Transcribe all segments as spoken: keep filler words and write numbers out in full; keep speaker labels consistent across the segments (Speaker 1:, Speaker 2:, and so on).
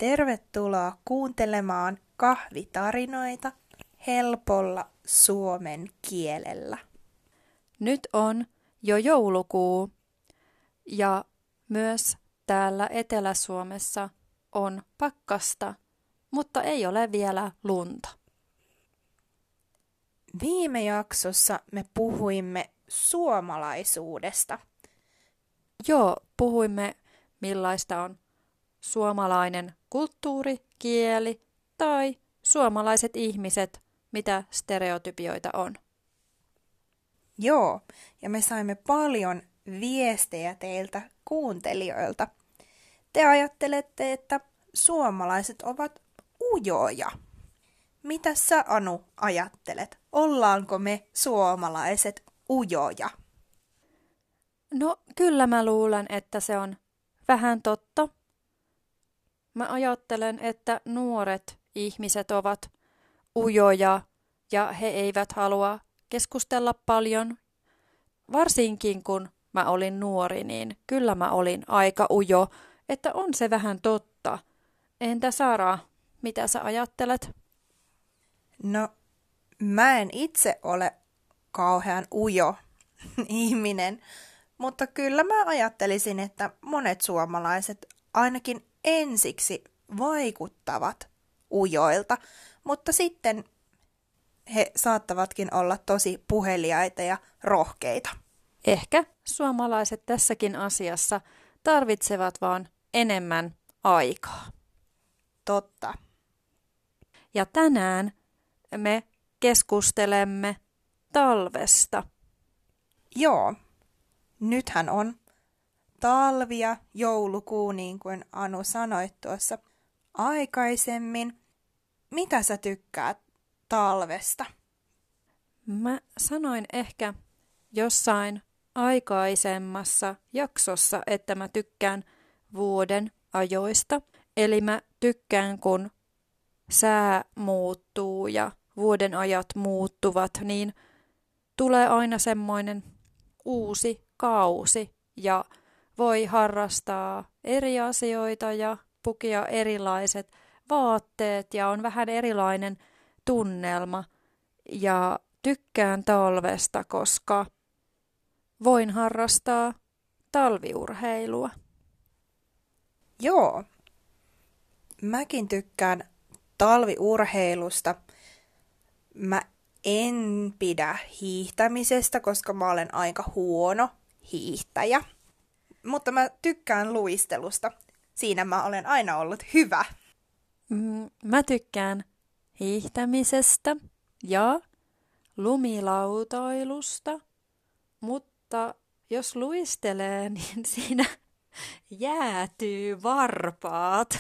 Speaker 1: Tervetuloa kuuntelemaan kahvitarinoita helpolla suomen kielellä.
Speaker 2: Nyt on jo joulukuu ja myös täällä Etelä-Suomessa on pakkasta, mutta ei ole vielä lunta.
Speaker 1: Viime jaksossa me puhuimme suomalaisuudesta.
Speaker 2: Joo, puhuimme millaista on suomalainen kulttuuri, kieli tai suomalaiset ihmiset, mitä stereotypioita on.
Speaker 1: Joo, ja me saimme paljon viestejä teiltä kuuntelijoilta. Te ajattelette, että suomalaiset ovat ujoja. Mitä sä, Anu, ajattelet? Ollaanko me suomalaiset ujoja?
Speaker 2: No kyllä mä luulen, että se on vähän totta. Mä ajattelen, että nuoret ihmiset ovat ujoja ja he eivät halua keskustella paljon. Varsinkin kun mä olin nuori, niin kyllä mä olin aika ujo, että on se vähän totta. Entä Sara, mitä sä ajattelet?
Speaker 1: No, mä en itse ole kauhean ujo ihminen, mutta kyllä mä ajattelisin, että monet suomalaiset ainakin ensiksi vaikuttavat ujoilta, mutta sitten he saattavatkin olla tosi puheliaita ja rohkeita.
Speaker 2: Ehkä suomalaiset tässäkin asiassa tarvitsevat vaan enemmän aikaa.
Speaker 1: Totta.
Speaker 2: Ja tänään me keskustelemme talvesta.
Speaker 1: Joo, nythän on talvi ja joulukuu, niin kuin Anu sanoit tuossa aikaisemmin. Mitä sä tykkäät talvesta?
Speaker 2: Mä sanoin ehkä jossain aikaisemmassa jaksossa, että mä tykkään vuoden ajoista. Eli mä tykkään, kun sää muuttuu ja vuoden ajat muuttuvat, niin tulee aina semmoinen uusi kausi ja voi harrastaa eri asioita ja pukea erilaiset vaatteet ja on vähän erilainen tunnelma. Ja tykkään talvesta, koska voin harrastaa talviurheilua.
Speaker 1: Joo, mäkin tykkään talviurheilusta. Mä en pidä hiihtämisestä, koska mä olen aika huono hiihtäjä. Mutta mä tykkään luistelusta. Siinä mä olen aina ollut hyvä.
Speaker 2: Mm, mä tykkään hiihtämisestä ja lumilautailusta, mutta jos luistelee, niin siinä jäätyy varpaat.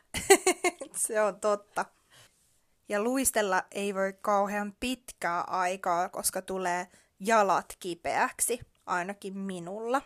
Speaker 1: Se on totta. Ja luistella ei voi kauhean pitkää aikaa, koska tulee jalat kipeäksi, ainakin minulla.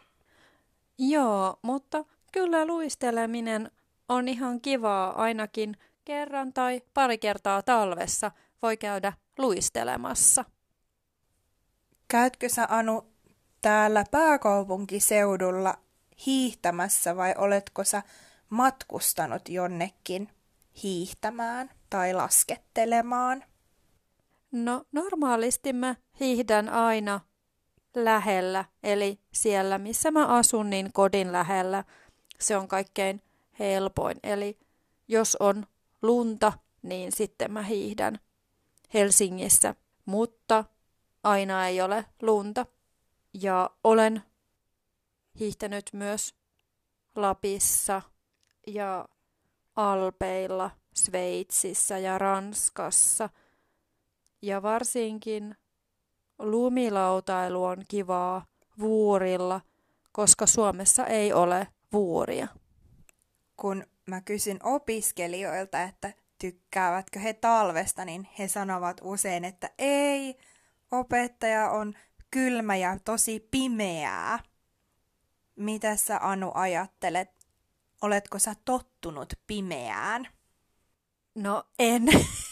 Speaker 2: Joo, mutta kyllä luisteleminen on ihan kivaa ainakin kerran tai pari kertaa talvessa voi käydä luistelemassa.
Speaker 1: Käytkö sä, Anu, täällä pääkaupunkiseudulla hiihtämässä vai oletko sä matkustanut jonnekin hiihtämään tai laskettelemaan?
Speaker 2: No normaalisti mä hiihdän aina lähellä, eli siellä missä mä asun, niin kodin lähellä. Se on kaikkein helpoin, eli jos on lunta, niin sitten mä hiihdän Helsingissä, mutta aina ei ole lunta. Ja olen hiihtänyt myös Lapissa ja Alpeilla, Sveitsissä ja Ranskassa. Ja varsinkin lumilautailu on kivaa vuorilla, koska Suomessa ei ole vuoria.
Speaker 1: Kun mä kysyn opiskelijoilta, että tykkäävätkö he talvesta, niin he sanovat usein, että ei, opettaja on kylmä ja tosi pimeää. Mitä sä, Anu, ajattelet? Oletko sä tottunut pimeään?
Speaker 2: No en.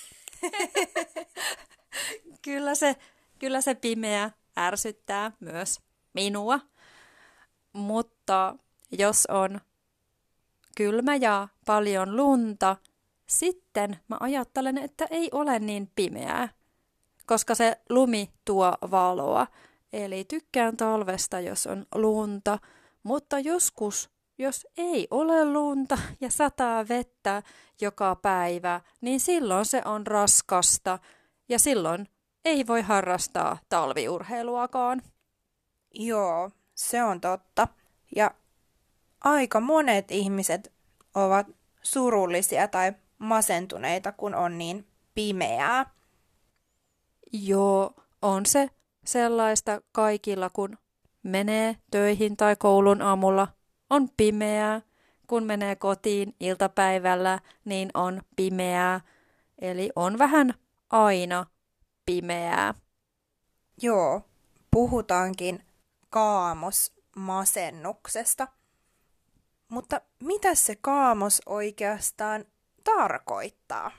Speaker 2: kyllä, se, kyllä se pimeä ärsyttää myös minua. Mutta jos on kylmä ja paljon lunta, sitten mä ajattelen, että ei ole niin pimeää, koska se lumi tuo valoa. Eli tykkään talvesta, jos on lunta, mutta joskus, jos ei ole lunta ja sataa vettä joka päivä, niin silloin se on raskasta ja silloin ei voi harrastaa talviurheiluakaan.
Speaker 1: Joo, se on totta. Ja aika monet ihmiset ovat surullisia tai masentuneita, kun on niin pimeää.
Speaker 2: Joo, on se sellaista kaikilla, kun menee töihin tai koulun aamulla, on pimeää. Kun menee kotiin iltapäivällä, niin on pimeää. Eli on vähän aina pimeää.
Speaker 1: Joo, puhutaankin kaamosmasennuksesta. Mutta mitä se kaamos oikeastaan tarkoittaa?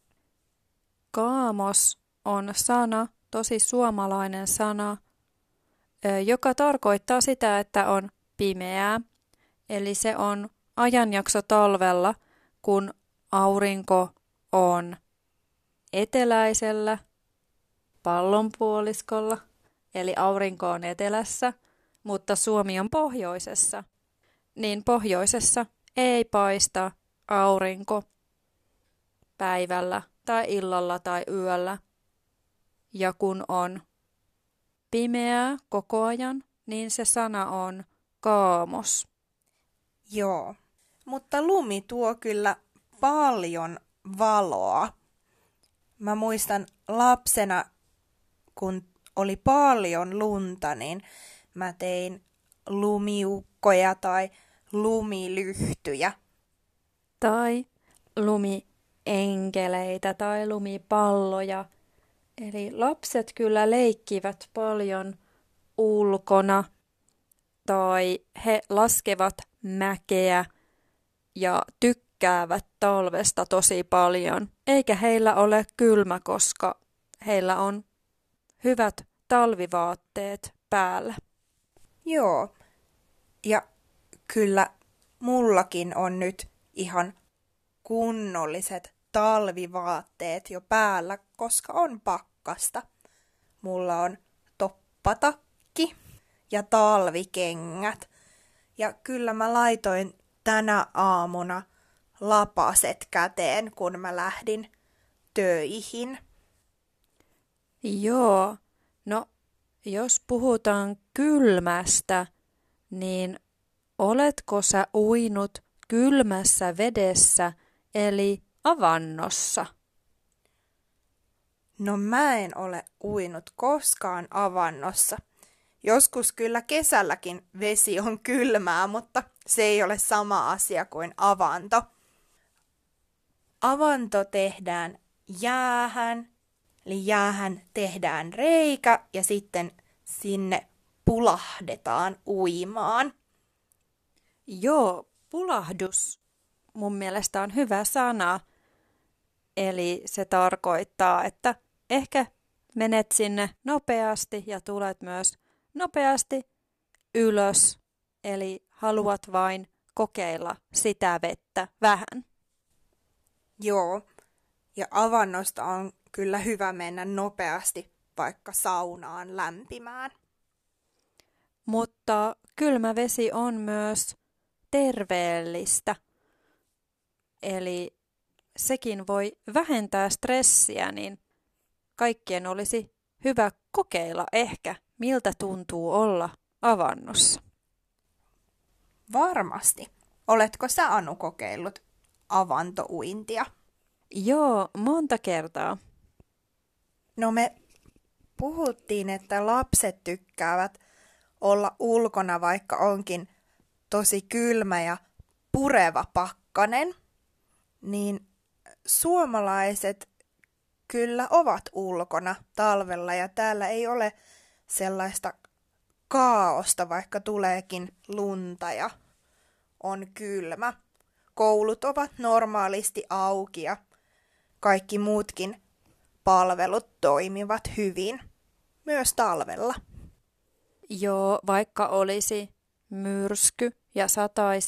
Speaker 2: Kaamos on sana, tosi suomalainen sana, joka tarkoittaa sitä, että on pimeää. Eli se on ajanjakso talvella, kun aurinko on eteläisellä pallonpuoliskolla, eli aurinko on etelässä, mutta Suomi on pohjoisessa. Niin pohjoisessa ei paista aurinko päivällä tai illalla tai yöllä. Ja kun on pimeää koko ajan, niin se sana on kaamos.
Speaker 1: Joo, mutta lumi tuo kyllä paljon valoa. Mä muistan lapsena, kun oli paljon lunta, niin mä tein lumiukkoja tai lumilyhtyjä.
Speaker 2: Tai lumienkeleitä tai lumipalloja. Eli lapset kyllä leikkivät paljon ulkona tai he laskevat mäkeä ja tykkäävät talvesta tosi paljon. Eikä heillä ole kylmä, koska heillä on hyvät talvivaatteet päällä.
Speaker 1: Joo, ja kyllä mullakin on nyt ihan kunnolliset talvivaatteet jo päällä, koska on pakkasta. Mulla on toppatakki ja talvikengät. Ja kyllä mä laitoin tänä aamuna lapaset käteen, kun mä lähdin töihin.
Speaker 2: Joo, no jos puhutaan kylmästä, niin oletko sä uinut kylmässä vedessä, eli avannossa?
Speaker 1: No mä en ole uinut koskaan avannossa. Joskus kyllä kesälläkin vesi on kylmää, mutta se ei ole sama asia kuin avanto. Avanto tehdään jäähän, eli jäähän tehdään reikä ja sitten sinne pulahdetaan uimaan.
Speaker 2: Joo, pulahdus mun mielestä on hyvä sana. Eli se tarkoittaa, että ehkä menet sinne nopeasti ja tulet myös nopeasti ylös. Eli haluat vain kokeilla sitä vettä vähän.
Speaker 1: Joo, ja avannosta on kyllä hyvä mennä nopeasti vaikka saunaan lämpimään.
Speaker 2: Mutta kylmä vesi on myös terveellistä. Eli sekin voi vähentää stressiä, niin kaikkien olisi hyvä kokeilla ehkä, miltä tuntuu olla avannossa.
Speaker 1: Varmasti. Oletko sä, Anu, kokeillut avantouintia?
Speaker 2: Joo, monta kertaa.
Speaker 1: No me puhuttiin, että lapset tykkäävät olla ulkona, vaikka onkin tosi kylmä ja pureva pakkanen. Niin suomalaiset kyllä ovat ulkona talvella ja täällä ei ole sellaista kaaosta, vaikka tuleekin lunta ja on kylmä. Koulut ovat normaalisti auki ja kaikki muutkin palvelut toimivat hyvin, myös talvella.
Speaker 2: Joo, vaikka olisi myrsky ja sataisi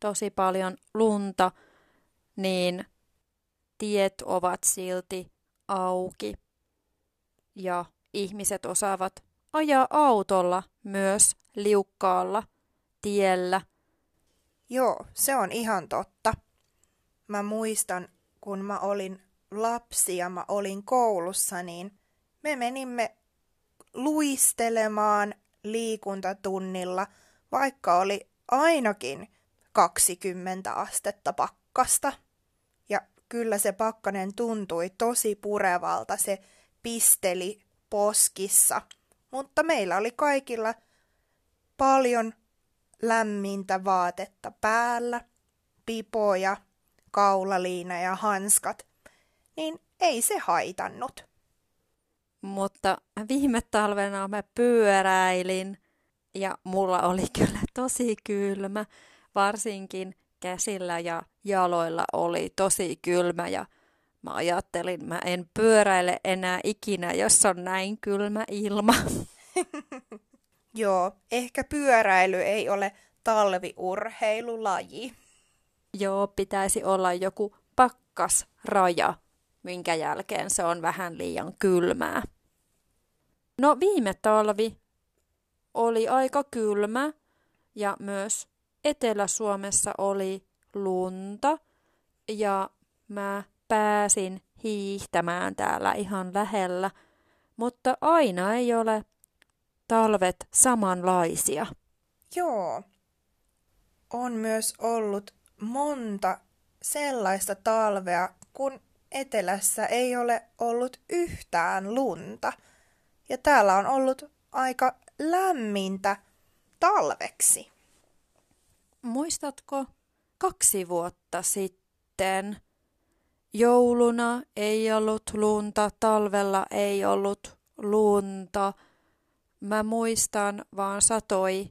Speaker 2: tosi paljon lunta, niin tiet ovat silti auki ja ihmiset osaavat ajaa autolla myös liukkaalla tiellä.
Speaker 1: Joo, se on ihan totta. Mä muistan, kun mä olin lapsi ja mä olin koulussa, niin me menimme luistelemaan liikuntatunnilla, vaikka oli ainakin kaksikymmentä astetta pakkasta. Ja kyllä se pakkanen tuntui tosi purevalta, se pisteli poskissa. Mutta meillä oli kaikilla paljon lämmintä vaatetta päällä, pipoja, kaulaliina ja hanskat, niin ei se haitannut.
Speaker 2: Mutta viime talvena mä pyöräilin ja mulla oli kyllä tosi kylmä, varsinkin käsillä ja jaloilla oli tosi kylmä ja mä ajattelin, mä en pyöräile enää ikinä, jos on näin kylmä ilma.
Speaker 1: Joo, ehkä pyöräily ei ole talviurheilulaji.
Speaker 2: Joo, pitäisi olla joku pakkasraja, minkä jälkeen se on vähän liian kylmää. No viime talvi oli aika kylmä ja myös Etelä-Suomessa oli lunta ja mä pääsin hiihtämään täällä ihan lähellä, mutta aina ei ole talvet samanlaisia.
Speaker 1: Joo, on myös ollut monta sellaista talvea, kun etelässä ei ole ollut yhtään lunta. Ja täällä on ollut aika lämmintä talveksi.
Speaker 2: Muistatko kaksi vuotta sitten? Jouluna ei ollut lunta, talvella ei ollut lunta. Mä muistan, vaan satoi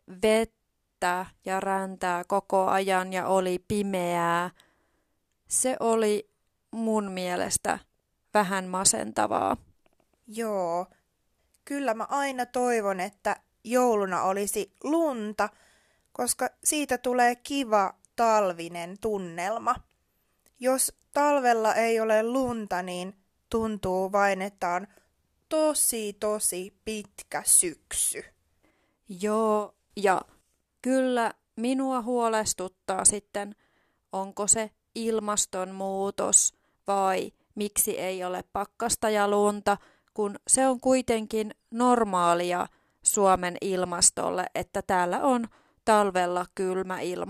Speaker 2: vettä ja räntää koko ajan ja oli pimeää. Se oli mun mielestä vähän masentavaa.
Speaker 1: Joo, kyllä mä aina toivon, että jouluna olisi lunta, koska siitä tulee kiva talvinen tunnelma. Jos talvella ei ole lunta, niin tuntuu vain, että on tosi tosi pitkä syksy.
Speaker 2: Joo, ja kyllä minua huolestuttaa sitten, onko se ilmastonmuutos vai miksi ei ole pakkasta ja lunta, kun se on kuitenkin normaalia Suomen ilmastolle, että täällä on talvella kylmä ilma.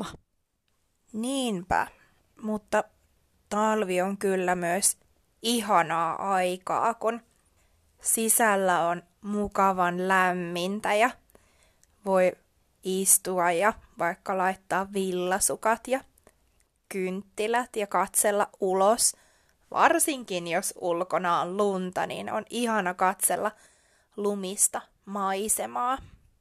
Speaker 1: Niinpä, mutta talvi on kyllä myös ihanaa aikaa, kun sisällä on mukavan lämmintä ja voi istua ja vaikka laittaa villasukat ja kynttilät ja katsella ulos. Varsinkin jos ulkona on lunta, niin on ihana katsella lumista maisemaa.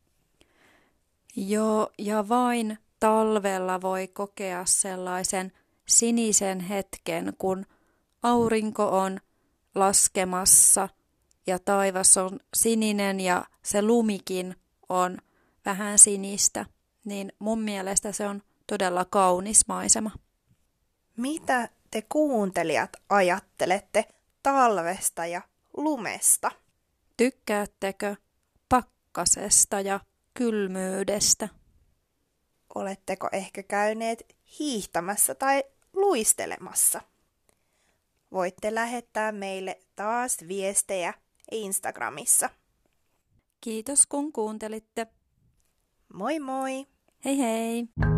Speaker 2: Joo, ja vain talvella voi kokea sellaisen sinisen hetken, kun aurinko on laskemassa ja taivas on sininen ja se lumikin on vähän sinistä, niin mun mielestä se on todella kaunis maisema.
Speaker 1: Mitä te kuuntelijat ajattelette talvesta ja lumesta?
Speaker 2: Tykkäättekö pakkasesta ja kylmyydestä?
Speaker 1: Oletteko ehkä käyneet hiihtämässä tai luistelemassa? Voitte lähettää meille taas viestejä Instagramissa.
Speaker 2: Kiitos kun kuuntelitte.
Speaker 1: Moi moi!
Speaker 2: Hei hei!